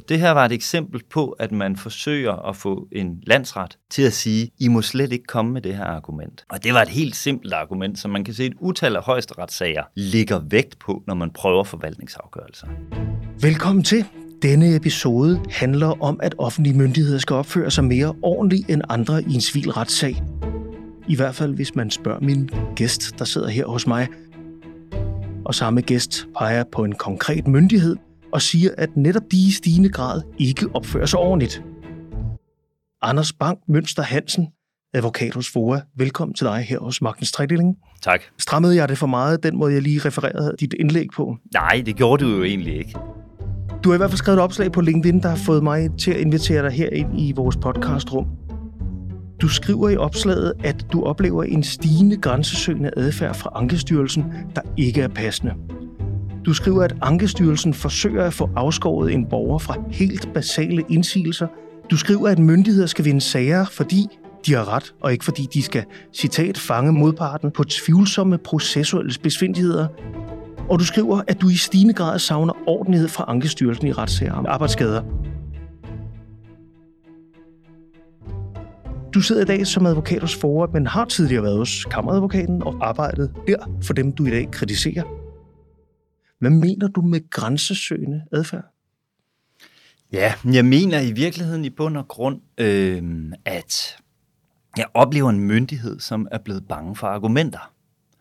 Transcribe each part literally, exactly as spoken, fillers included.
Det her var et eksempel på, at man forsøger at få en landsret til at sige, I må slet ikke komme med det her argument. Og det var et helt simpelt argument, som man kan se et utal af højesteretssager ligger vægt på, når man prøver forvaltningsafgørelser. Velkommen til. Denne episode handler om, at offentlige myndigheder skal opføre sig mere ordentligt end andre i en civil retssag. I hvert fald, hvis man spørger min gæst, der sidder her hos mig. Og samme gæst peger på en konkret myndighed og siger, at netop de i stigende grad ikke opfører sig ordentligt. Anders Bang Mønster Hansen, advokat hos F O A. Velkommen til dig her hos Magtens Tredeling. Tak. Strammede jeg det for meget, den måde jeg lige refererede dit indlæg på? Nej, det gjorde du jo egentlig ikke. Du har i hvert fald skrevet et opslag på LinkedIn, der har fået mig til at invitere dig her ind i vores podcastrum. Du skriver i opslaget, at du oplever en stigende grænsesøgende adfærd fra Ankestyrelsen, der ikke er passende. Du skriver, at Ankestyrelsen forsøger at få afskåret en borger fra helt basale indsigelser. Du skriver, at myndigheder skal vinde sager, fordi de har ret, og ikke fordi de skal, citat, fange modparten på tvivlsomme processuelle spidsfindigheder. Og du skriver, at du i stigende grad savner ordentlighed fra Ankestyrelsen i retssager om arbejdsskader. Du sidder i dag som advokat hos F O A, men har tidligere været hos Kammeradvokaten og arbejdet der for dem, du i dag kritiserer. Hvad mener du med grænsesøgende adfærd? Ja, jeg mener i virkeligheden i bund og grund, øh, at jeg oplever en myndighed, som er blevet bange for argumenter.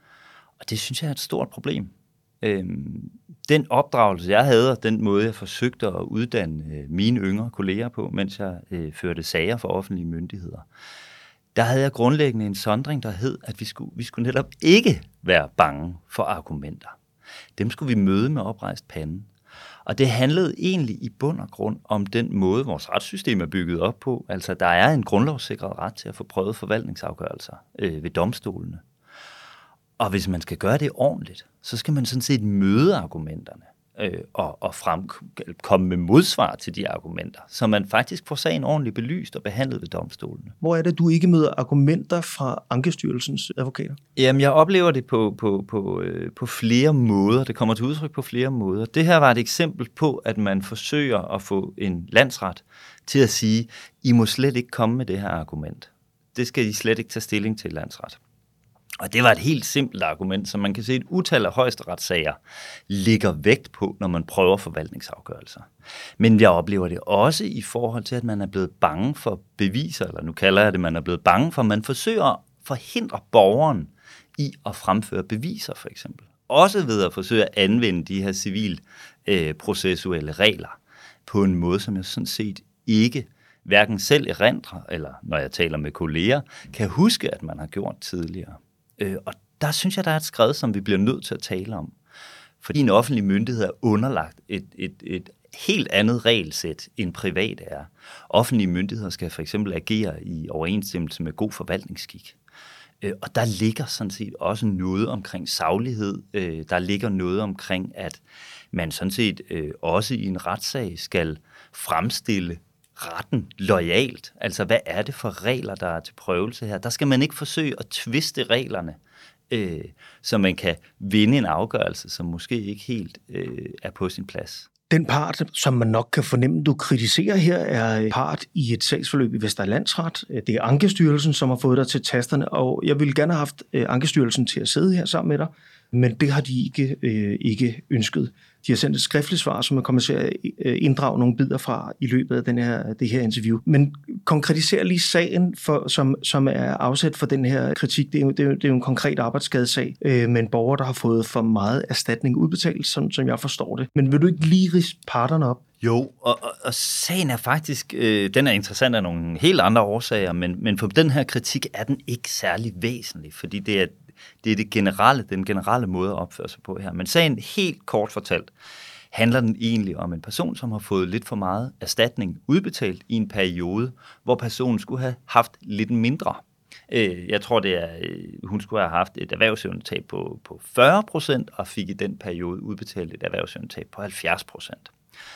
Og det synes jeg er et stort problem. Øh, den opdragelse, jeg havde, og den måde, jeg forsøgte at uddanne øh, mine yngre kolleger på, mens jeg øh, førte sager for offentlige myndigheder, der havde jeg grundlæggende en sondring, der hed, at vi skulle, vi skulle netop ikke være bange for argumenter. Dem skulle vi møde med oprejst pande. Og det handlede egentlig i bund og grund om den måde, vores retssystem er bygget op på. Altså, der er en grundlovssikret ret til at få prøvet forvaltningsafgørelser øh, ved domstolene. Og hvis man skal gøre det ordentligt, så skal man sådan set møde argumenterne øh, og, og frem, komme med modsvar til de argumenter, så man faktisk får sagen ordentligt belyst og behandlet ved domstolene. Hvor er det, du ikke møder argumenter fra Ankestyrelsens advokater? Jamen, jeg oplever det på, på, på, øh, på flere måder. Det kommer til udtryk på flere måder. Det her var et eksempel på, at man forsøger at få en landsret til at sige, I må slet ikke komme med det her argument. Det skal I slet ikke tage stilling til, landsret. Og det var et helt simpelt argument, som man kan se et utal af højesteretssager ligger vægt på, når man prøver forvaltningsafgørelser. Men jeg oplever det også i forhold til, at man er blevet bange for beviser, eller nu kalder jeg det, man er blevet bange for, man forsøger at forhindre borgeren i at fremføre beviser, for eksempel. Også ved at forsøge at anvende de her civilprocessuelle øh, regler på en måde, som jeg sådan set ikke hverken selv erindrer, eller når jeg taler med kolleger, kan huske, at man har gjort tidligere. Øh, og der synes jeg, der er et skred, som vi bliver nødt til at tale om. Fordi en offentlig myndighed er underlagt et, et, et helt andet regelsæt, end privat er. Offentlige myndigheder skal for eksempel agere i overensstemmelse med god forvaltningsskik. Øh, og der ligger sådan set også noget omkring saglighed. Øh, der ligger noget omkring, at man sådan set øh, også i en retssag skal fremstille retten loyalt. Altså, hvad er det for regler, der er til prøvelse her? Der skal man ikke forsøge at tviste reglerne, øh, så man kan vinde en afgørelse, som måske ikke helt øh, er på sin plads. Den part, som man nok kan fornemme, du kritiserer her, er part i et sagsforløb i Vestre Landsret. Det er Ankestyrelsen, som har fået dig til tasterne, og jeg ville gerne have haft Ankestyrelsen til at sidde her sammen med dig, men det har de ikke, øh, ikke ønsket. De har sendt et skriftligt svar, som jeg kommer til at inddrage nogle bidder fra i løbet af den her, det her interview. Men konkretiser lige sagen, for, som, som er afsæt for den her kritik. Det er jo, det er jo, det er jo en konkret arbejdsskadesag øh, med en borger, der har fået for meget erstatning udbetalt, som, som jeg forstår det. Men vil du ikke lige ridse parterne op? Jo, og, og, og sagen er faktisk, øh, den er interessant af nogle helt andre årsager, men, men for den her kritik er den ikke særlig væsentlig, fordi det er Det er det generelle, den generelle måde at opføre sig på her. Men sagen, helt kort fortalt, handler den egentlig om en person, som har fået lidt for meget erstatning udbetalt i en periode, hvor personen skulle have haft lidt mindre. Jeg tror, det er, hun skulle have haft et erhvervsevnetab på, på fyrre procent, og fik i den periode udbetalt et erhvervsevnetab på halvfjerds procent.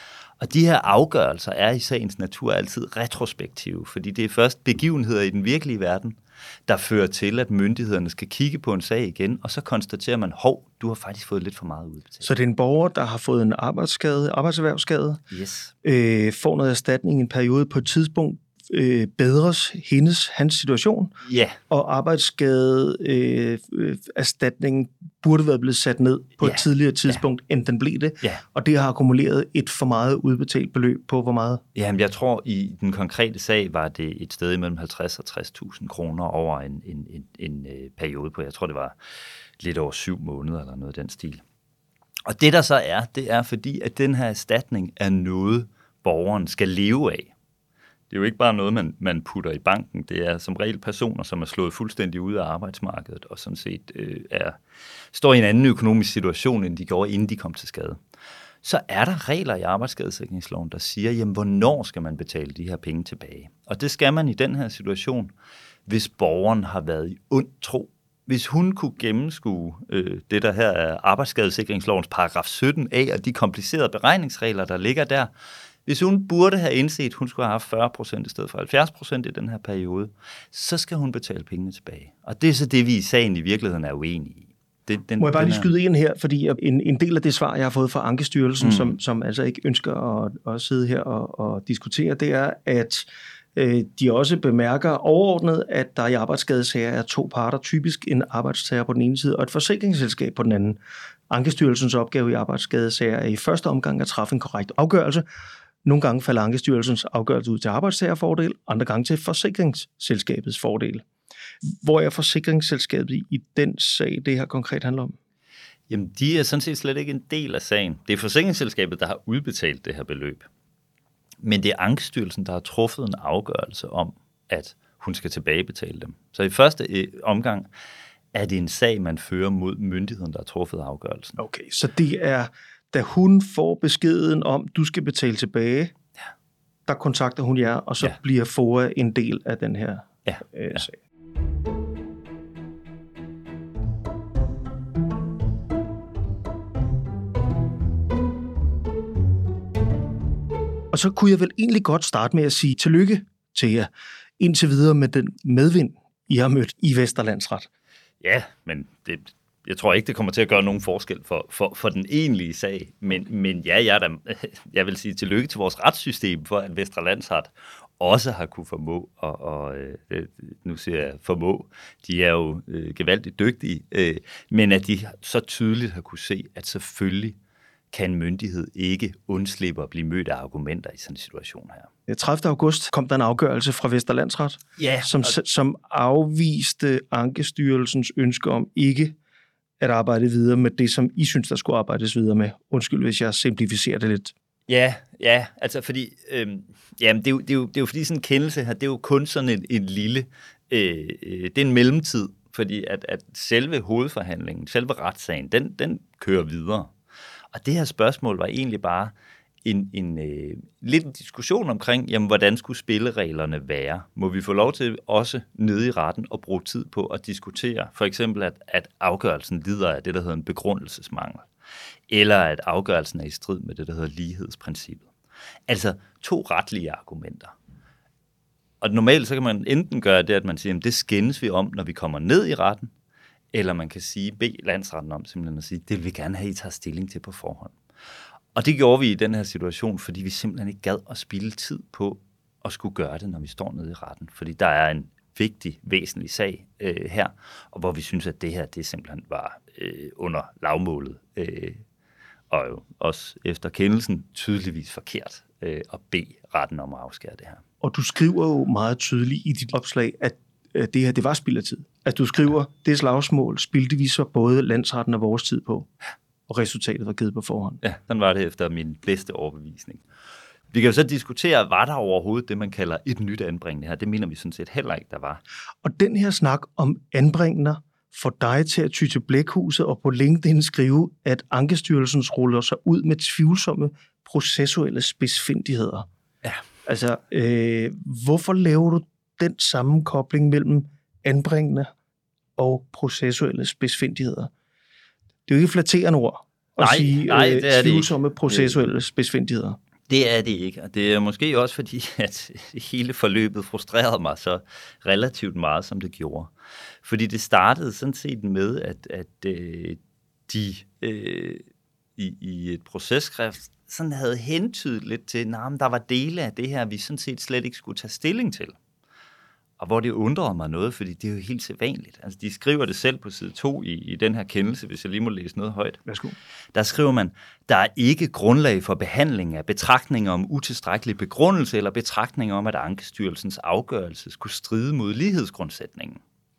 Og de her afgørelser er i sagens natur altid retrospektive, fordi det er først begivenheder i den virkelige verden, der fører til, at myndighederne skal kigge på en sag igen, og så konstaterer man, hov, du har faktisk fået lidt for meget udbetalt. Så det er en borger, der har fået en arbejdsskade, arbejdserhvervsskade, Yes. øh, får noget erstatning i en periode på et tidspunkt, øh, bedres hendes, hans situation, Ja. og arbejdsskade øh, øh, erstatningen burde være blevet sat ned på Ja. et tidligere tidspunkt, ja. end den blev det, Ja. og det har akkumuleret et for meget udbetalt beløb på hvor meget? Jamen, jeg tror, i den konkrete sag var det et sted mellem halvtreds og tres tusind kroner over en, en, en, en øh, periode på, jeg tror, det var lidt over syv måneder eller noget af den stil. Og det, der så er, det er fordi, at den her erstatning er noget, borgeren skal leve af. Det er jo ikke bare noget, man, man putter i banken. Det er som regel personer, som er slået fuldstændig ud af arbejdsmarkedet og sådan set øh, er, står i en anden økonomisk situation, end de gjorde, inden de kom til skade. Så er der regler i arbejdsskadesikringsloven, der siger, jamen, hvornår skal man betale de her penge tilbage? Og det skal man i den her situation, hvis borgeren har været i ond tro. Hvis hun kunne gennemskue øh, det, der her er arbejdsskadesikringslovens paragraf sytten a og de komplicerede beregningsregler, der ligger der, hvis hun burde have indset, at hun skulle have haft fyrre procent i stedet for halvfjerds procent i den her periode, så skal hun betale pengene tilbage. Og det er så det, vi i sagen i virkeligheden er uenige i. Det, den, Må jeg bare lige er... skyde ind her, fordi en, en del af det svar, jeg har fået fra Ankestyrelsen, mm. som, som altså ikke ønsker at, at sidde her og, og diskutere, det er, at øh, de også bemærker overordnet, at der i arbejdsskadesager er to parter, typisk en arbejdstager på den ene side og et forsikringsselskab på den anden. Ankestyrelsens opgave i arbejdsskadesager er i første omgang at træffe en korrekt afgørelse. Nogle gange falder Ankestyrelsens afgørelse ud til arbejdstagerfordel, andre gange til forsikringsselskabets fordel. Hvor er forsikringsselskabet i, i den sag, det her konkret handler om? Jamen, de er sådan set slet ikke en del af sagen. Det er forsikringsselskabet, der har udbetalt det her beløb. Men det er Ankestyrelsen, der har truffet en afgørelse om, at hun skal tilbagebetale dem. Så i første omgang er det en sag, man fører mod myndigheden, der har truffet afgørelsen. Okay, så det er, da hun får beskeden om, du skal betale tilbage, ja. der kontakter hun jer, og så ja. bliver F O A en del af den her ja. øh, ja. sag. Og så kunne jeg vel egentlig godt starte med at sige tillykke til jer, indtil videre med den medvind, I har mødt i Vesterlandsret. Ja, men det, jeg tror ikke, det kommer til at gøre nogen forskel for, for, for den egentlige sag. Men, men ja, jeg, der, jeg vil sige tillykke til vores retssystem for, at Vesterlandsret også har kunne formå, og, og øh, nu siger jeg formå, de er jo øh, gevaldigt dygtige, øh, men at de så tydeligt har kunne se, at selvfølgelig kan en myndighed ikke undslippe at blive mødt af argumenter i sådan en situation her. tredivte august kom der en afgørelse fra Vesterlandsret, ja, som, og... som afviste Ankestyrelsens ønske om ikke at arbejde videre med det, som I synes, der skulle arbejdes videre med. Undskyld, hvis jeg simplificerer det lidt. Ja, ja, altså fordi, øh, jamen det, er jo, det, er jo, det er jo fordi sådan en kendelse her, det er jo kun sådan en, en lille, øh, det er en mellemtid, fordi at, at selve hovedforhandlingen, selve retssagen, den, den kører videre. Og det her spørgsmål var egentlig bare en, en øh, lidt en diskussion omkring, jamen, hvordan skulle spillereglerne være? Må vi få lov til også nede i retten at bruge tid på at diskutere, for eksempel at, at afgørelsen lider af det, der hedder en begrundelsesmangel, eller at afgørelsen er i strid med det, der hedder lighedsprincippet. Altså to retlige argumenter. Og normalt så kan man enten gøre det, at man siger, at det skændes vi om, når vi kommer ned i retten, eller man kan sige, bede landsretten om simpelthen at sige, det vil vi gerne have, I tager stilling til på forhånd. Og det gjorde vi i den her situation, fordi vi simpelthen ikke gad at spilde tid på at skulle gøre det, når vi står nede i retten. Fordi der er en vigtig, væsentlig sag øh, her, og hvor vi synes, at det her det simpelthen var øh, under lavmålet. Øh, og jo også efter kendelsen tydeligvis forkert øh, at bede retten om at afskære det her. Og du skriver jo meget tydeligt i dit opslag, at det her, det var spild af tid. At du skriver, det slagsmål spildte vi så både landsretten og vores tid på, og resultatet var givet på forhånd. Ja, den var det efter min bedste overbevisning. Vi kan jo så diskutere, var der overhovedet det, man kalder et nyt anbringende her? Det mener vi sådan set heller ikke, der var. Og den her snak om anbringender får dig til at ty til blækhuset og på LinkedIn skrive, at Ankestyrelsen ruller sig ud med tvivlsomme processuelle spidsfindigheder. Ja. Altså, øh, hvorfor laver du den sammenkobling mellem anbringende og processuelle spidsfindigheder? Det er jo ikke flatterende ord at nej, sige nej, øh, det er tvivlsomme det processuelle spidsfindigheder. Det er det ikke, og det er måske også fordi, at hele forløbet frustrerede mig så relativt meget, som det gjorde. Fordi det startede sådan set med, at, at øh, de øh, i, i et processkrift sådan havde hentydet lidt til, at der var dele af det her, vi sådan set slet ikke skulle tage stilling til. Og hvor det undrede mig noget, fordi det er jo helt sædvanligt. Altså, de skriver det selv på side to i, i den her kendelse, hvis jeg lige må læse noget højt. Værsgo. Der skriver man, der er ikke grundlag for behandling af betragtninger om utilstrækkelig begrundelse eller betragtninger om, at Ankestyrelsens afgørelse skulle stride mod lighedsgrundsætningen.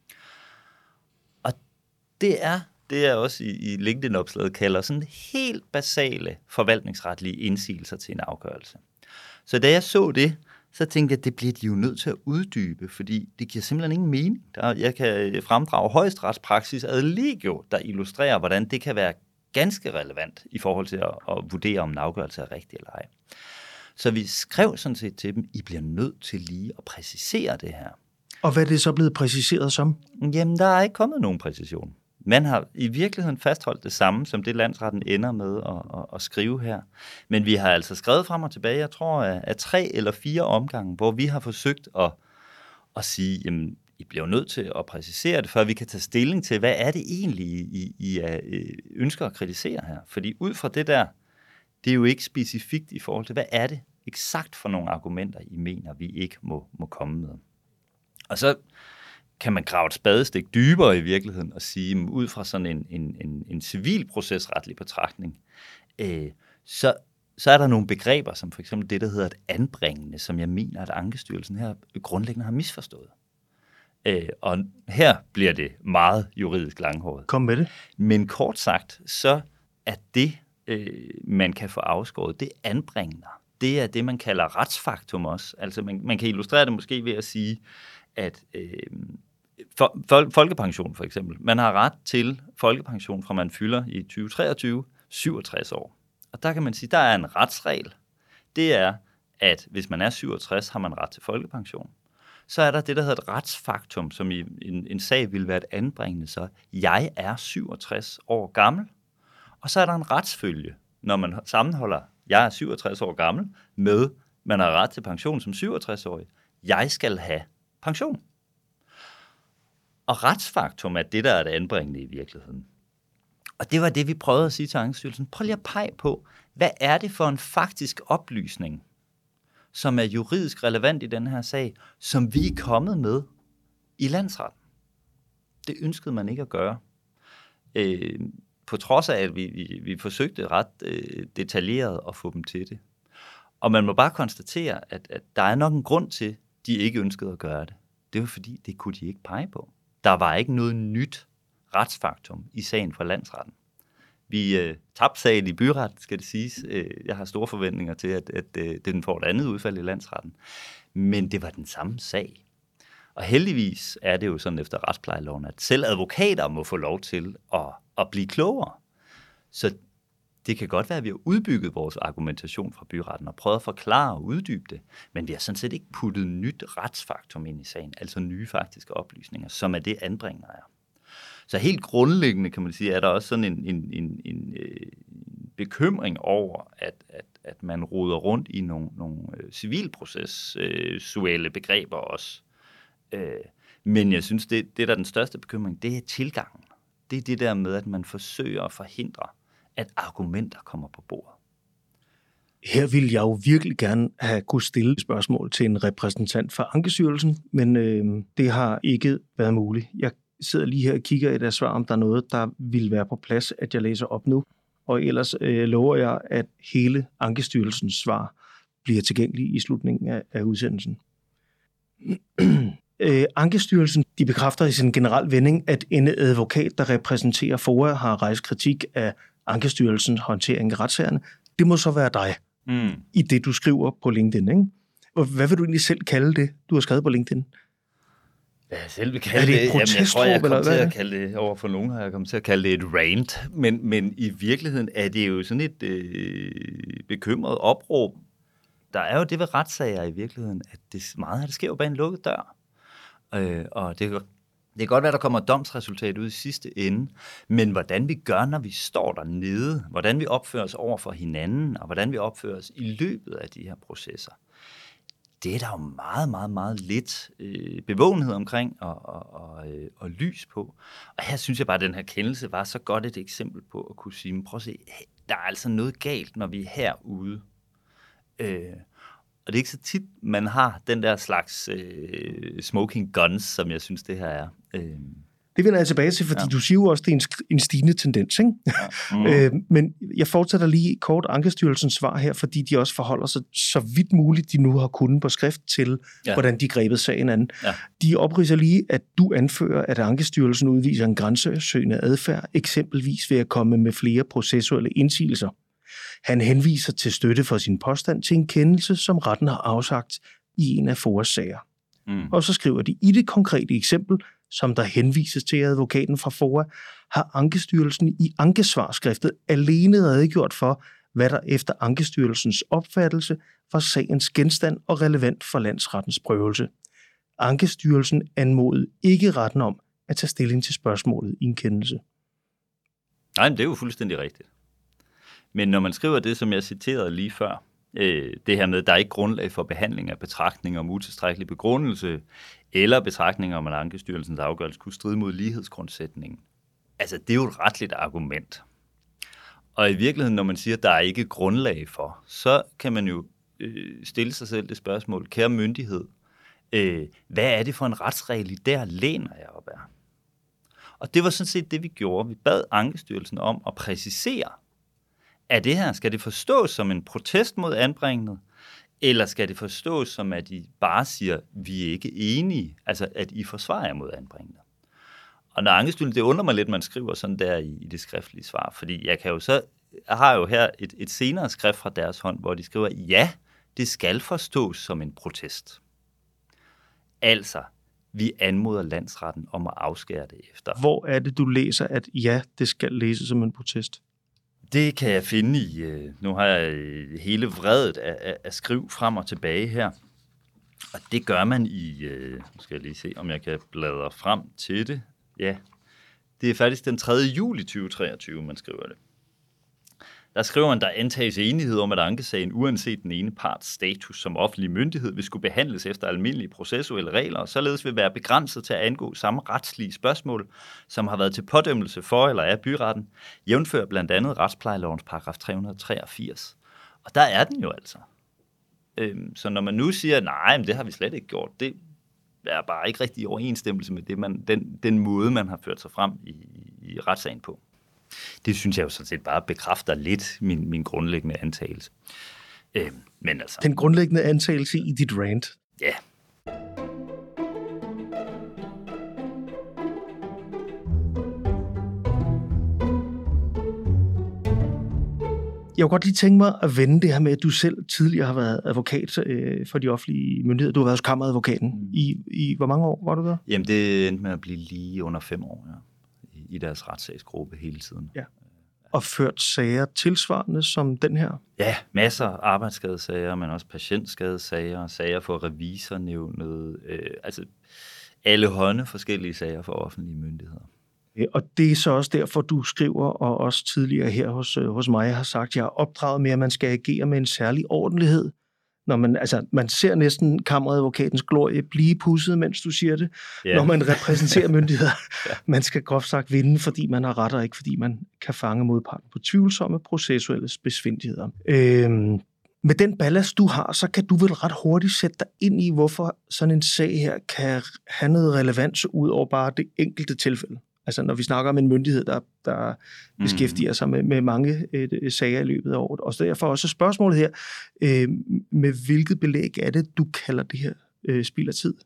Og det er, det er også i, i LinkedIn-opslaget kalder sådan helt basale forvaltningsretlige indsigelser til en afgørelse. Så da jeg så det, så tænkte jeg, at det bliver de jo nødt til at uddybe, fordi det giver simpelthen ingen mening. Der, jeg kan fremdrage højesteretspraksis ad legio, der illustrerer, hvordan det kan være ganske relevant i forhold til at, at vurdere, om en afgørelse er rigtig eller ej. Så vi skrev sådan set til dem, I bliver nødt til lige at præcisere det her. Og hvad er det så blevet præciseret som? Jamen, der er ikke kommet nogen præcision. Man har i virkeligheden fastholdt det samme, som det landsretten ender med at, at, at skrive her. Men vi har altså skrevet frem og tilbage, jeg tror, af tre eller fire omgange, hvor vi har forsøgt at, at sige, jamen, I bliver nødt til at præcisere det, før vi kan tage stilling til, hvad er det egentlig, I, I er, ønsker at kritisere her. Fordi ud fra det der, det er jo ikke specifikt i forhold til, hvad er det eksakt for nogle argumenter, I mener, vi ikke må, må komme med. Og så kan man grave et spadestik dybere i virkeligheden og sige, at ud fra sådan en, en, en, en civilprocesretlig betragtning, øh, så, så er der nogle begreber, som for eksempel det, der hedder et anbringende, som jeg mener, at Ankestyrelsen her grundlæggende har misforstået. Øh, og her bliver det meget juridisk langhåret. Kom med det. Men kort sagt, så er det, øh, man kan få afskåret, det anbringende. Det er det, man kalder retsfaktum også. Altså man, man kan illustrere det måske ved at sige, at øh, for, for, folkepension for eksempel, man har ret til folkepension fra man fylder i tyve treogtyve syvogtres år. Og der kan man sige, der er en retsregel. Det er, at hvis man er syvogtres, har man ret til folkepension. Så er der det, der hedder et retsfaktum, som i en, en sag vil være et anbringende, så jeg er syvogtres år gammel. Og så er der en retsfølge, når man sammenholder, jeg er syvogtres år gammel, med, man har ret til pension som syvogtres-årig. Jeg skal have pension. Og retsfaktum er det, der er det anbringende i virkeligheden. Og det var det, vi prøvede at sige til Ankestyrelsen. Prøv lige at pege på, hvad er det for en faktisk oplysning, som er juridisk relevant i den her sag, som vi er kommet med i landsretten. Det ønskede man ikke at gøre. Øh, på trods af, at vi, vi, vi forsøgte ret øh, detaljeret at få dem til det. Og man må bare konstatere, at, at der er nok en grund til, de ikke ønskede at gøre det. Det var fordi, det kunne de ikke pege på. Der var ikke noget nyt retsfaktum i sagen fra landsretten. Vi øh, tabte sagen i byret, skal det siges. Øh, jeg har store forventninger til, at, at, at den får et andet udfald i landsretten. Men det var den samme sag. Og heldigvis er det jo sådan efter retsplejeloven, at selv advokater må få lov til at, at blive klogere. Så det kan godt være, at vi har udbygget vores argumentation fra byretten og prøvet at forklare og uddybe det, men vi har sådan set ikke puttet nyt retsfaktum ind i sagen, altså nye faktiske oplysninger, som er det anbringende er. Så helt grundlæggende, kan man sige, er der også sådan en, en, en, en øh, bekymring over, at, at, at man roder rundt i nogle, nogle øh, civilprocessuelle øh, begreber også. Øh, men jeg synes, det, det der er den største bekymring, det er tilgangen. Det er det der med, at man forsøger at forhindre, at argumenter kommer på bordet. Her vil jeg jo virkelig gerne have kunne stille spørgsmål til en repræsentant for Ankestyrelsen, men øh, det har ikke været muligt. Jeg sidder lige her og kigger i et svar, om der er noget, der vil være på plads, at jeg læser op nu. Og ellers øh, lover jeg, at hele Ankestyrelsens svar bliver tilgængelig i slutningen af, af udsendelsen. øh, Ankestyrelsen de bekræfter i sin generel vending, at en advokat, der repræsenterer FOA, har rejst kritik af Ankestyrelsens håndtering af retssagerne. Det må så være dig, mm. i det du skriver på LinkedIn, ikke? Hvad vil du egentlig selv kalde det, du har skrevet på LinkedIn? Hvad jeg selv vil kalde det? Jamen, jeg tror, jeg kommer til at kalde det, over for nogen har jeg kommet til at kalde det et rant, men, men i virkeligheden er det jo sådan et øh, bekymret opråb. Der er jo det ved retssager i virkeligheden, at det meget af det sker jo bag en lukket dør. Øh, og det Det kan godt være, der kommer et domsresultat ud i sidste ende, men hvordan vi gør, når vi står dernede, hvordan vi opfører os over for hinanden, og hvordan vi opfører os i løbet af de her processer, det er der jo meget, meget, meget lidt øh, bevågenhed omkring og, og, og, øh, og lys på. Og her synes jeg bare, at den her kendelse var så godt et eksempel på at kunne sige, men prøv at se, der er altså noget galt, når vi er herude. Øh, og det er ikke så tit, man har den der slags øh, smoking guns, som jeg synes, det her er. Øh. Det vender jeg tilbage til, fordi ja. Du siger jo også, at det er en, en stigende tendens, ikke? Ja. Mm. øh, men jeg fortsætter lige kort Ankestyrelsens svar her, fordi de også forholder sig så vidt muligt, de nu har kunnet på skrift til, ja. Hvordan de grebet sagen an. Ja. De opridser lige, at du anfører, at Ankestyrelsen udviser en grænsesøgende adfærd, eksempelvis ved at komme med flere processuelle indsigelser. Han henviser til støtte for sin påstand til en kendelse, som retten har afsagt i en af F O A's sager. Mm. Og så skriver de, i det konkrete eksempel, som der henvises til advokaten fra F O A, har Ankestyrelsen i ankesvarskriftet alene redegjort for, hvad der efter Ankestyrelsens opfattelse var sagens genstand og relevant for landsrettens prøvelse. Ankestyrelsen anmodede ikke retten om at tage stilling til spørgsmålet i en kendelse. Nej, men det er jo fuldstændig rigtigt. Men når man skriver det, som jeg citerede lige før, øh, det her med, at der er ikke grundlag for behandling af betragtninger om utilstrækkelig begrundelse, eller betragtninger om, at Ankestyrelsens afgørelse kunne stride mod lighedsgrundsætningen. Altså, det er jo et retligt argument. Og i virkeligheden, når man siger, at der er ikke grundlag for, så kan man jo øh, stille sig selv det spørgsmål, kære myndighed, øh, hvad er det for en retsregel, I der læner jeg op af? Og det var sådan set det, vi gjorde. Vi bad Ankestyrelsen om at præcisere, at det her, skal det forstås som en protest mod anbringelsen, eller skal det forstås som, at I bare siger, vi er ikke enige, altså at I forsvarer jer mod anbringelsen? Og når Ankestyrelsen, det undrer mig lidt, man skriver sådan der i, i det skriftlige svar, fordi jeg kan jo så, jeg har jo her et, et senere skrift fra deres hånd, hvor de skriver, ja, det skal forstås som en protest. Altså, vi anmoder landsretten om at afskære det efter. Hvor er det, du læser, at ja, det skal læses som en protest? Det kan jeg finde i, nu har jeg hele vredet af, af, af skriv frem og tilbage her, og det gør man i, nu skal jeg lige se, om jeg kan bladre frem til det. Ja, det er faktisk den tredje juli tyve treogtyve, man skriver det. Der skriver man, der antages enighed om, at ankesagen, uanset den ene parts status som offentlig myndighed, vil skulle behandles efter almindelige processuelle regler, og således vil være begrænset til at angå samme retslige spørgsmål, som har været til pådømmelse for eller af byretten, jævnfør blandt andet retsplejelovens paragraf tre hundrede treogfirs. Og der er den jo altså. Øhm, så når man nu siger, nej, men det har vi slet ikke gjort, det er bare ikke rigtig i overensstemmelse med det, man, den, den måde, man har ført sig frem i, i retssagen på. Det synes jeg jo sådan set bare bekræfter lidt min, min grundlæggende antagelse. Øh, men altså... Den grundlæggende antagelse i dit rant? Ja. Jeg kunne godt lige tænke mig at vende det her med, at du selv tidligere har været advokat øh, for de offentlige myndigheder. Du har været hos kammeradvokaten. Mm. I, I hvor mange år var du der? Jamen, det endte med at blive lige under fem år, ja. I deres retssagsgruppe hele tiden. Ja. Og ført sager tilsvarende som den her? Ja, masser af arbejdsskadesager, men også patientskadesager, sager for revisornævnet, øh, altså alle hånde forskellige sager for offentlige myndigheder. Og det er så også derfor, du skriver, og også tidligere her hos, hos mig har sagt, at jeg har opdraget med, at man skal agere med en særlig ordentlighed. Når man, altså, man ser næsten kammeradvokatens glorie blive pudset, mens du siger det, yeah. Når man repræsenterer myndigheder. Ja. Man skal groft sagt vinde, fordi man har ret, og ikke fordi man kan fange modparten på tvivlsomme processuelle besvindeligheder. Øhm, med den ballast, du har, så kan du vel ret hurtigt sætte dig ind i, hvorfor sådan en sag her kan have noget relevans ud over bare det enkelte tilfælde. Altså når vi snakker om en myndighed, der, der mm. beskæftiger sig med, med mange øh, sager i løbet af året. Og så derfor også spørgsmålet her, øh, med hvilket belæg er det, du kalder det her øh, spild af tid?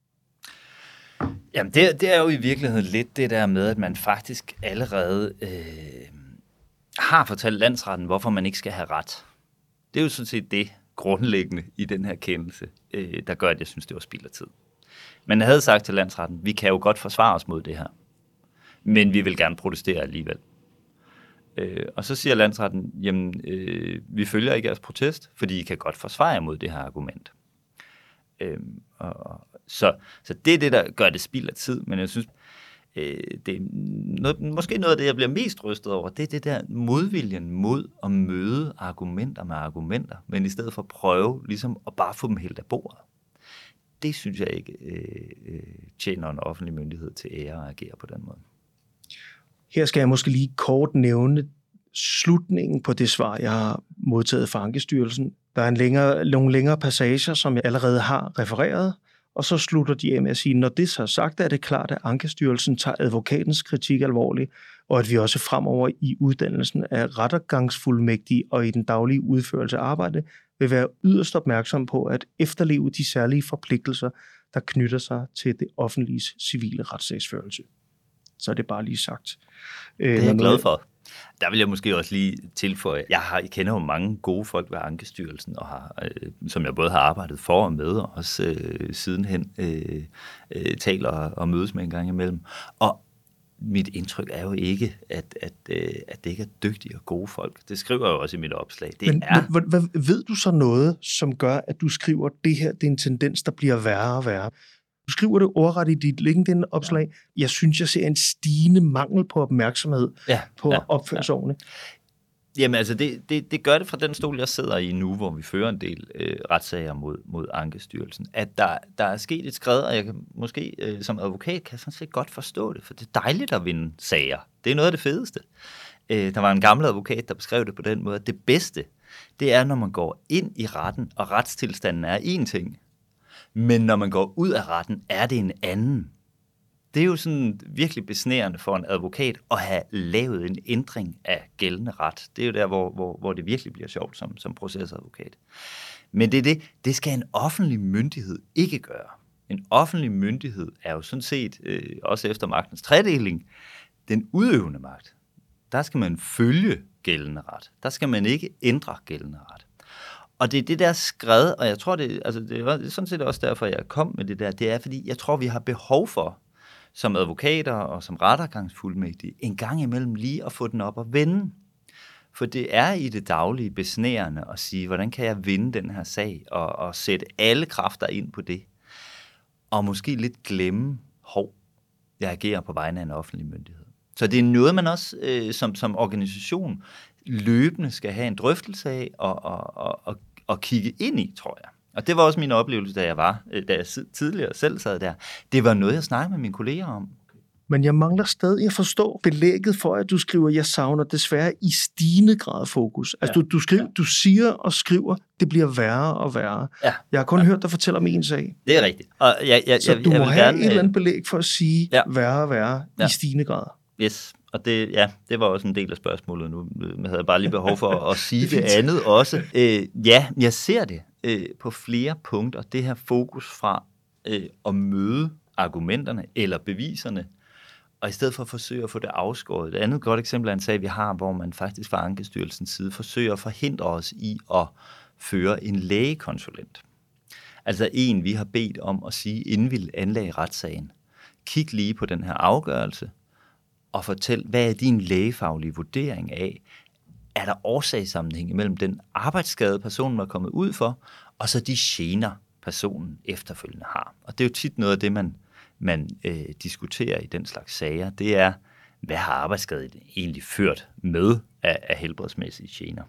Jamen det, det er jo i virkeligheden lidt det der med, at man faktisk allerede øh, har fortalt landsretten, hvorfor man ikke skal have ret. Det er jo sådan set det grundlæggende i den her kendelse, øh, der gør, at jeg synes, det var spild af tid. Man havde sagt til landsretten, vi kan jo godt forsvare os mod det her. Men vi vil gerne protestere alligevel. Øh, og så siger landsretten, jamen, øh, vi følger ikke jeres protest, fordi I kan godt forsvare jer mod det her argument. Øh, og så, så det er det, der gør det spild af tid, men jeg synes, øh, det er noget, måske noget af det, jeg bliver mest rystet over, det er det der modviljen mod at møde argumenter med argumenter, men i stedet for at prøve ligesom at bare få dem helt af bordet. Det synes jeg ikke øh, tjener en offentlig myndighed til ære at agere på den måde. Her skal jeg måske lige kort nævne slutningen på det svar, jeg har modtaget fra Ankestyrelsen. Der er en længere, nogle længere passager, som jeg allerede har refereret, og så slutter de af med at sige, når det så er sagt, er det klart, at Ankestyrelsen tager advokatens kritik alvorligt, og at vi også fremover i uddannelsen af rettergangsfuldmægtige og i den daglige udførelse af arbejde vil være yderst opmærksom på at efterleve de særlige forpligtelser, der knytter sig til det offentlige civile retssagsførelse. Så er det bare lige sagt. Det er jeg glad for. Der vil jeg måske også lige tilføje, jeg, har, jeg kender jo mange gode folk ved Ankestyrelsen, og har, øh, som jeg både har arbejdet for og med, og også øh, sidenhen øh, øh, taler og mødes med en gang imellem. Og mit indtryk er jo ikke, at, at, øh, at det ikke er dygtige og gode folk. Det skriver jeg jo også i mit opslag. Det Men er... hvad, hvad, ved du så noget, som gør, at du skriver, at det her det er en tendens, der bliver værre og værre? Du skriver det ordret i dit LinkedIn-opslag. Jeg synes, jeg ser en stigende mangel på opmærksomhed ja, på ja, opførselsordene. Ja. Jamen altså, det, det, det gør det fra den stol, jeg sidder i nu, hvor vi fører en del øh, retssager mod, mod Ankestyrelsen, at der, der er sket et skred, og jeg kan måske øh, som advokat kan sådan set godt forstå det, for det er dejligt at vinde sager. Det er noget af det fedeste. Øh, der var en gammel advokat, der beskrev det på den måde, at det bedste, det er, når man går ind i retten, og retstilstanden er én ting, men når man går ud af retten, er det en anden. Det er jo sådan virkelig besnærende for en advokat at have lavet en ændring af gældende ret. Det er jo der, hvor, hvor, hvor det virkelig bliver sjovt som, som procesadvokat. Men det er det, det skal en offentlig myndighed ikke gøre. En offentlig myndighed er jo sådan set, øh, også efter magtens tredeling, den udøvende magt. Der skal man følge gældende ret. Der skal man ikke ændre gældende ret. Og det er det der skred, og jeg tror, det, altså det er sådan set også derfor, jeg kom med det der, det er, fordi jeg tror, vi har behov for, som advokater og som rettergangsfuldmægtige, en gang imellem lige at få den op og vende. For det er i det daglige besnærende at sige, hvordan kan jeg vinde den her sag, og, og sætte alle kræfter ind på det. Og måske lidt glemme, hov, jeg agerer på vegne af en offentlig myndighed. Så det er noget, man også øh, som, som organisation løbende skal have en drøftelse af og, og, og, og, og kigge ind i, tror jeg. Og det var også min oplevelse, da jeg var, da jeg tidligere selv sad der. Det var noget, jeg snakkede med mine kolleger om. Men jeg mangler stadig at forstå belægget for, at du skriver, jeg savner desværre i stigende grad fokus. Altså, ja. du, du, skriver, du siger og skriver, det bliver værre og værre. Ja. Jeg har kun ja. hørt dig fortælle om en sag. Det er rigtigt. Og jeg, jeg, Så jeg, du jeg må vil have gerne, et eller andet belæg for at sige ja. værre og værre ja. i stigende grad. Yes. Og det, ja, det var også en del af spørgsmålet nu. Jeg havde bare lige behov for at sige det andet også. Øh, ja, jeg ser det øh, på flere punkter. Det her fokus fra øh, at møde argumenterne eller beviserne, og i stedet for at forsøge at få det afskåret. Et andet godt eksempel er en sag, vi har, hvor man faktisk fra Ankestyrelsens side forsøger at forhindre os i at føre en lægekonsulent. Altså en, vi har bedt om at sige, inden vi anlagde retssagen. Kig lige på den her afgørelse, og fortæl, hvad er din lægefaglige vurdering af, er der årsagssammenhæng mellem den arbejdsskade, personen var kommet ud for, og så de gener, personen efterfølgende har. Og det er jo tit noget af det, man, man øh, diskuterer i den slags sager. Det er, hvad har arbejdsskaden egentlig ført med af, af helbredsmæssige gener?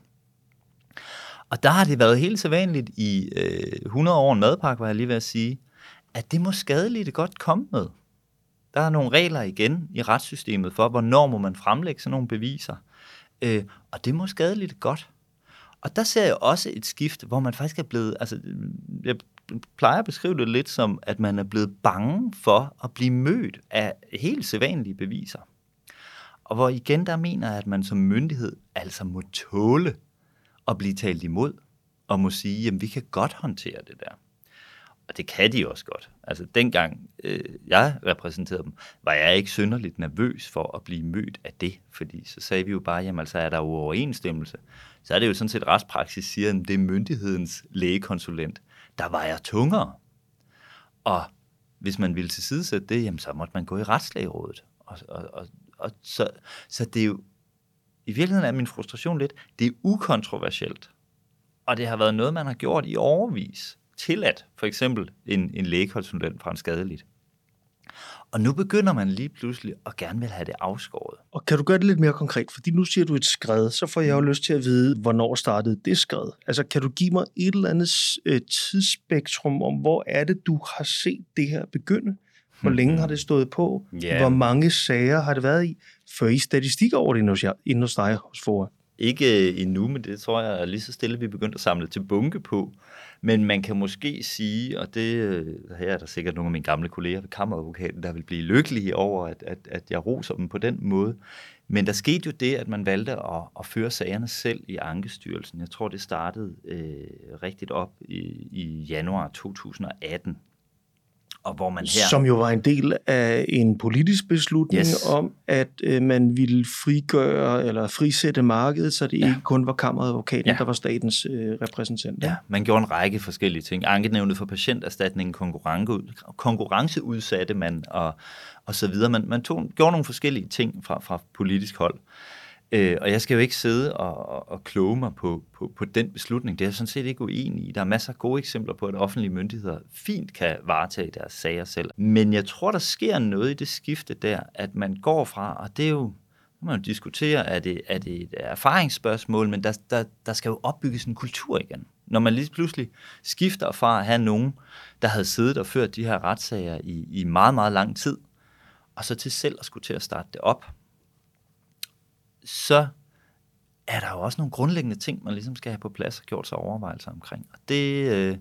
Og der har det været helt sædvanligt i øh, hundrede år en madpakke, var jeg lige ved at sige, at det må skadeligt godt komme med. Der er nogle regler igen i retssystemet for, hvornår må man fremlægge sådan nogle beviser. Øh, og det må skadeligt godt. Og der ser jeg også et skift, hvor man faktisk er blevet, altså jeg plejer at beskrive det lidt som, at man er blevet bange for at blive mødt af helt sædvanlige beviser. Og hvor igen der mener, at man som myndighed altså må tåle at blive talt imod, og må sige, jamen vi kan godt håndtere det der. Og det kan de også godt. Altså dengang øh, jeg repræsenterede dem, var jeg ikke synderligt nervøs for at blive mødt af det, fordi så sagde vi jo bare, jamen altså er der uoverensstemmelse. Så er det jo sådan set retspraksis siger, at det er myndighedens lægekonsulent, der vejer tungere. Og hvis man ville tilsidesætte det, jamen så måtte man gå i retslægerådet. Og, og, og, og så, så det er jo, i virkeligheden er min frustration lidt, det er ukontroversielt. Og det har været noget, man har gjort i årevis. tilladt, for eksempel en, en lægekonsulent fra en skadelidt. Og nu begynder man lige pludselig at gerne vil have det afskåret. Og kan du gøre det lidt mere konkret? Fordi nu siger du et skred, så får jeg jo lyst til at vide, hvornår startede det skred. Altså, kan du give mig et eller andet øh, tidsspektrum om, hvor er det, du har set det her begynde? Hvor hmm. længe har det stået på? Yeah. Hvor mange sager har det været i? Før I statistik over det inde hos dig hos FOA? Ikke endnu, men det tror jeg er lige så stille, vi begyndte at samle til bunke på. Men man kan måske sige, og det her er der sikkert nogle af mine gamle kolleger ved Kammeradvokaten, der vil blive lykkelige over, at, at, at jeg roser dem på den måde. Men der skete jo det, at man valgte at, at føre sagerne selv i Ankestyrelsen. Jeg tror, det startede øh, rigtigt op i, i januar to tusind og atten. Og hvor man her... Som jo var en del af en politisk beslutning yes. om, at øh, man ville frigøre eller frisætte markedet, så det ja. ikke kun var Kammeradvokaten, ja. der var statens øh, repræsentant. Ja, man gjorde en række forskellige ting. Ankenævnet for patienterstatningen, konkurrenceudsatte man og, og så videre. Man, man tog, gjorde nogle forskellige ting fra, fra politisk hold. Øh, og jeg skal jo ikke sidde og, og, og kloge mig på, på, på den beslutning. Det er jeg sådan set ikke uenig i. Der er masser af gode eksempler på, at offentlige myndigheder fint kan varetage deres sager selv. Men jeg tror, der sker noget i det skifte der, at man går fra, og det er jo, man jo diskutere, er det, er det et erfaringsspørgsmål, men der, der, der skal jo opbygges en kultur igen. Når man lige pludselig skifter fra at have nogen, der havde siddet og ført de her retssager i, i meget, meget lang tid, og så til selv at skulle til at starte det op, så er der jo også nogle grundlæggende ting, man ligesom skal have på plads og gjort sig overvejelser omkring. Og det, øh,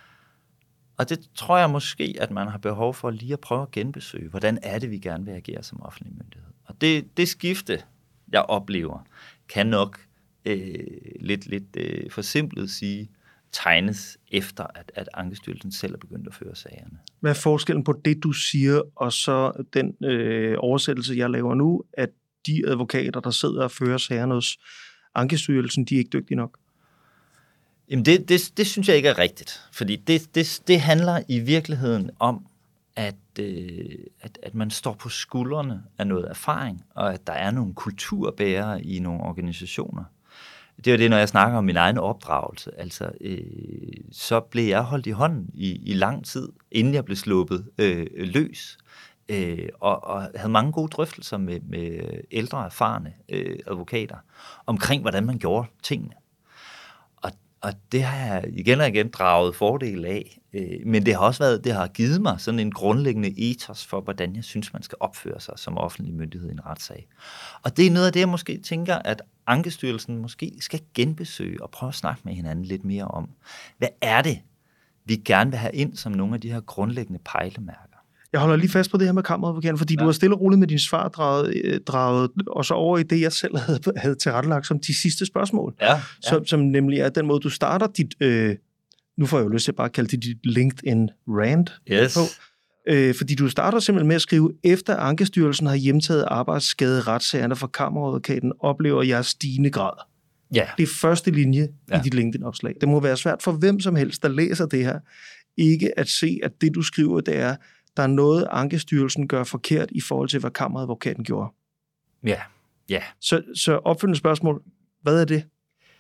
og det tror jeg måske, at man har behov for lige at prøve at genbesøge, hvordan er det, vi gerne vil agere som offentlig myndighed. Og det, det skifte, jeg oplever, kan nok øh, lidt, lidt øh, forsimplet sige, tegnes efter, at, at Ankestyrelsen selv er begyndt at føre sagerne. Hvad er forskellen på det, du siger, og så den øh, oversættelse, jeg laver nu, at de advokater, der sidder og fører sagerne hos Ankestyrelsen, de er ikke dygtige nok? Jamen det, det, det synes jeg ikke er rigtigt, fordi det, det, det handler i virkeligheden om, at, øh, at, at man står på skuldrene af noget erfaring, og at der er nogle kulturbærere i nogle organisationer. Det er jo det, når jeg snakker om min egen opdragelse. Altså, øh, så blev jeg holdt i hånden i, i lang tid, inden jeg blev sluppet øh, løs. Øh, og, og havde mange gode drøftelser med, med ældre, erfarne øh, advokater omkring, hvordan man gjorde tingene. Og, og det har jeg igen og igen draget fordel af. Øh, men det har også været, det har givet mig sådan en grundlæggende ethos for, hvordan jeg synes, man skal opføre sig som offentlig myndighed i en retssag. Og det er noget af det, jeg måske tænker, at Ankestyrelsen måske skal genbesøge og prøve at snakke med hinanden lidt mere om. Hvad er det, vi gerne vil have ind som nogle af de her grundlæggende pejlemærker? Jeg holder lige fast på det her med Kammeradvokaten, fordi ja. du har stille og roligt med din svar draget, draget og så over i det, jeg selv havde, havde tilrettelagt som de sidste spørgsmål. Ja, ja. Som, som nemlig er den måde, du starter dit, øh, nu får jeg jo lyst til at bare kalde det dit LinkedIn-rant yes. på. Øh, fordi du starter simpelthen med at skrive, efter Ankestyrelsen har hjemtaget arbejdsskade retssagerne for Kammeradvokaten, oplever jeg stigende grad. Ja. Det er første linje ja. i dit LinkedIn-opslag. Det må være svært for hvem som helst, der læser det her, ikke at se, at det, du skriver, det er, der er noget, Ankestyrelsen gør forkert i forhold til, hvad Kammeradvokaten gjorde. Ja, ja. Så, så opfølgende spørgsmål, hvad er det?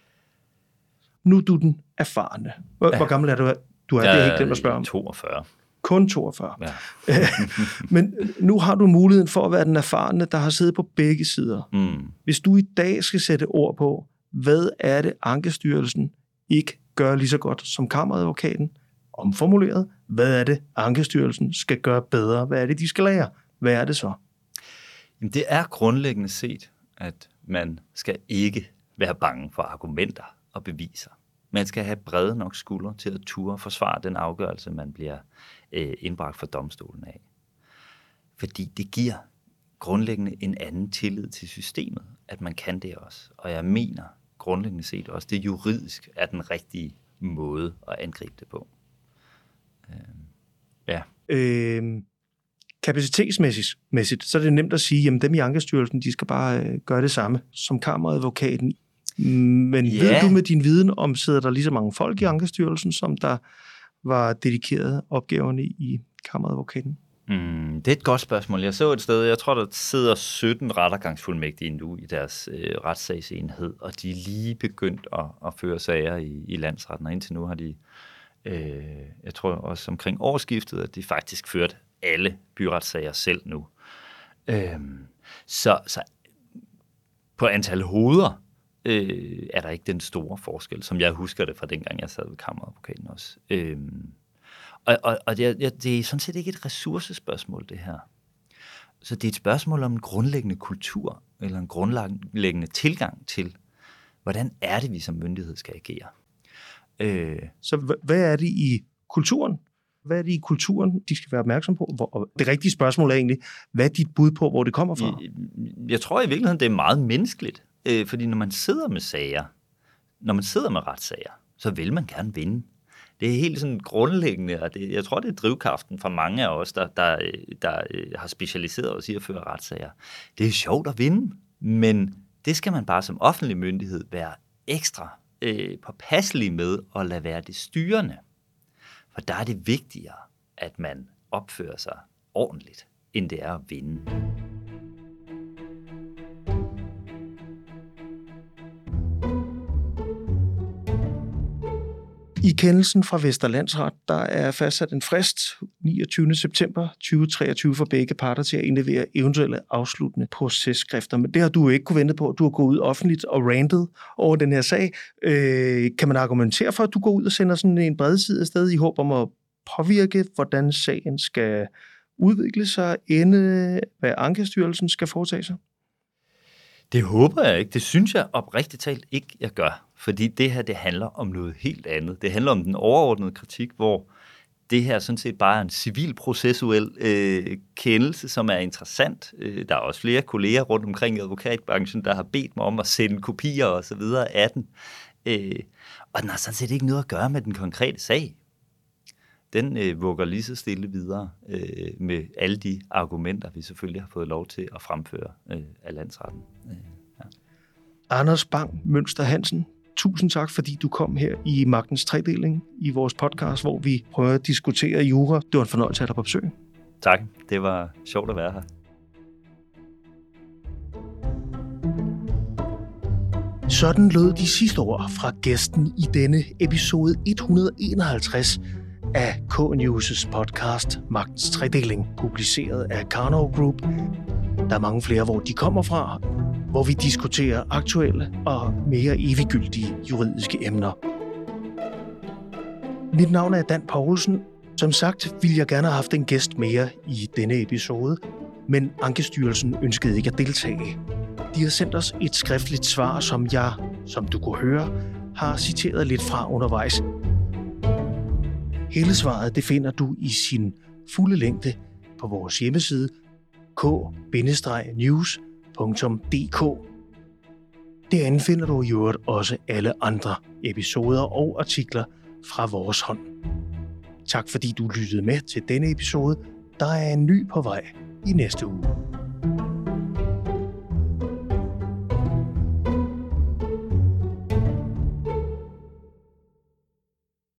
Nu er du den erfarne. Hvor, ja. hvor gammel er du? Du er det helt glemt at spørge om. toogfyrre. Kun toogfyrre. Ja. Men nu har du muligheden for at være den erfarne, der har siddet på begge sider. Mm. Hvis du i dag skal sætte ord på, hvad er det, Ankestyrelsen ikke gør lige så godt som Kammeradvokaten, omformuleret, hvad er det, Ankestyrelsen skal gøre bedre? Hvad er det, de skal lære? Hvad er det så? Jamen, det er grundlæggende set, at man skal ikke være bange for argumenter og beviser. Man skal have brede nok skuldre til at ture forsvare den afgørelse, man bliver øh, indbragt for domstolen af. Fordi det giver grundlæggende en anden tillid til systemet, at man kan det også. Og jeg mener grundlæggende set også, det juridisk er den rigtige måde at angribe det på. Øh, ja. Øh, kapacitetsmæssigt, så er det nemt at sige, jamen dem i Ankestyrelsen, de skal bare øh, gøre det samme som Kammeradvokaten. Men yeah. ved du med din viden om, sidder der lige så mange folk i Ankestyrelsen, som der var dedikeret opgaverne i Kammeradvokaten? Mm, det er et godt spørgsmål. Jeg så et sted, jeg tror, der sidder sytten rettergangsfuldmægtige nu i deres øh, retssagsenhed, og de er lige begyndt at, at føre sager i, i landsretten, og indtil nu har de Øh, jeg tror også omkring årsskiftet, at de faktisk førte alle byretssager selv nu. Øh, så, så på antal hoveder øh, er der ikke den store forskel, som jeg husker det fra dengang, jeg sad ved kammeradvokaten også. Øh, og og, og det, det er sådan set ikke et ressourcespørgsmål, det her. Så det er et spørgsmål om en grundlæggende kultur, eller en grundlæggende tilgang til, hvordan er det, vi som myndighed skal agere. Øh, så hvad er det i kulturen? Hvad er det i kulturen, de skal være opmærksom på? Hvor, det rigtige spørgsmål er egentlig, hvad er dit bud på, hvor det kommer fra? Jeg, jeg tror i virkeligheden, det er meget menneskeligt. Øh, fordi når man sidder med sager, når man sidder med retssager, så vil man gerne vinde. Det er helt sådan grundlæggende, og det, jeg tror, det er drivkraften for mange af os, der, der, der har specialiseret os i at føre retssager. Det er sjovt at vinde, men det skal man bare som offentlig myndighed være ekstra øh, påpasselig med at lade være det styrende. For der er det vigtigere, at man opfører sig ordentligt, end det er at vinde. I kendelsen fra Vestre Landsret, der er fastsat en frist niogtyvende september tyve treogtyve for begge parter til at indlevere eventuelle afsluttende processkrifter. Men det har du jo ikke kunne vente på. Du har gået ud offentligt og rantet over den her sag. Øh, kan man argumentere for, at du går ud og sender sådan en bredside afsted i håb om at påvirke, hvordan sagen skal udvikle sig, ende hvad Ankestyrelsen skal foretage sig? Det håber jeg ikke. Det synes jeg oprigtigt talt ikke, jeg gør. Fordi det her, det handler om noget helt andet. Det handler om den overordnede kritik, hvor det her sådan set bare er en civilprocessuel øh, kendelse, som er interessant. Øh, der er også flere kolleger rundt omkring i advokatbranchen, der har bedt mig om at sende kopier og så videre af den. Øh, og den har sådan set ikke noget at gøre med den konkrete sag. Den øh, vugger lige så stille videre øh, med alle de argumenter, vi selvfølgelig har fået lov til at fremføre øh, af landsretten. Øh, ja. Anders Bang Mønster Hansen, tusind tak, fordi du kom her i Magtens Tredeling i vores podcast, hvor vi prøver at diskutere jura. Det var en fornøjelse at have dig på besøg. Tak. Det var sjovt at være her. Sådan lød de sidste ord fra gæsten i denne episode et hundrede og enoghalvtreds af K-News' podcast Magtens Tredeling, publiceret af Karnov Group. Der er mange flere, hvor de kommer fra, hvor vi diskuterer aktuelle og mere eviggyldige juridiske emner. Mit navn er Dan Poulsen. Som sagt ville jeg gerne have haft en gæst mere i denne episode, men Ankestyrelsen ønskede ikke at deltage. De har sendt os et skriftligt svar, som jeg, som du kunne høre, har citeret lidt fra undervejs. Hele svaret det finder du i sin fulde længde på vores hjemmeside k bindestreg news punktum d k. Derinde finder du i øvrigt også alle andre episoder og artikler fra vores hånd. Tak fordi du lyttede med til denne episode. Der er en ny på vej i næste uge.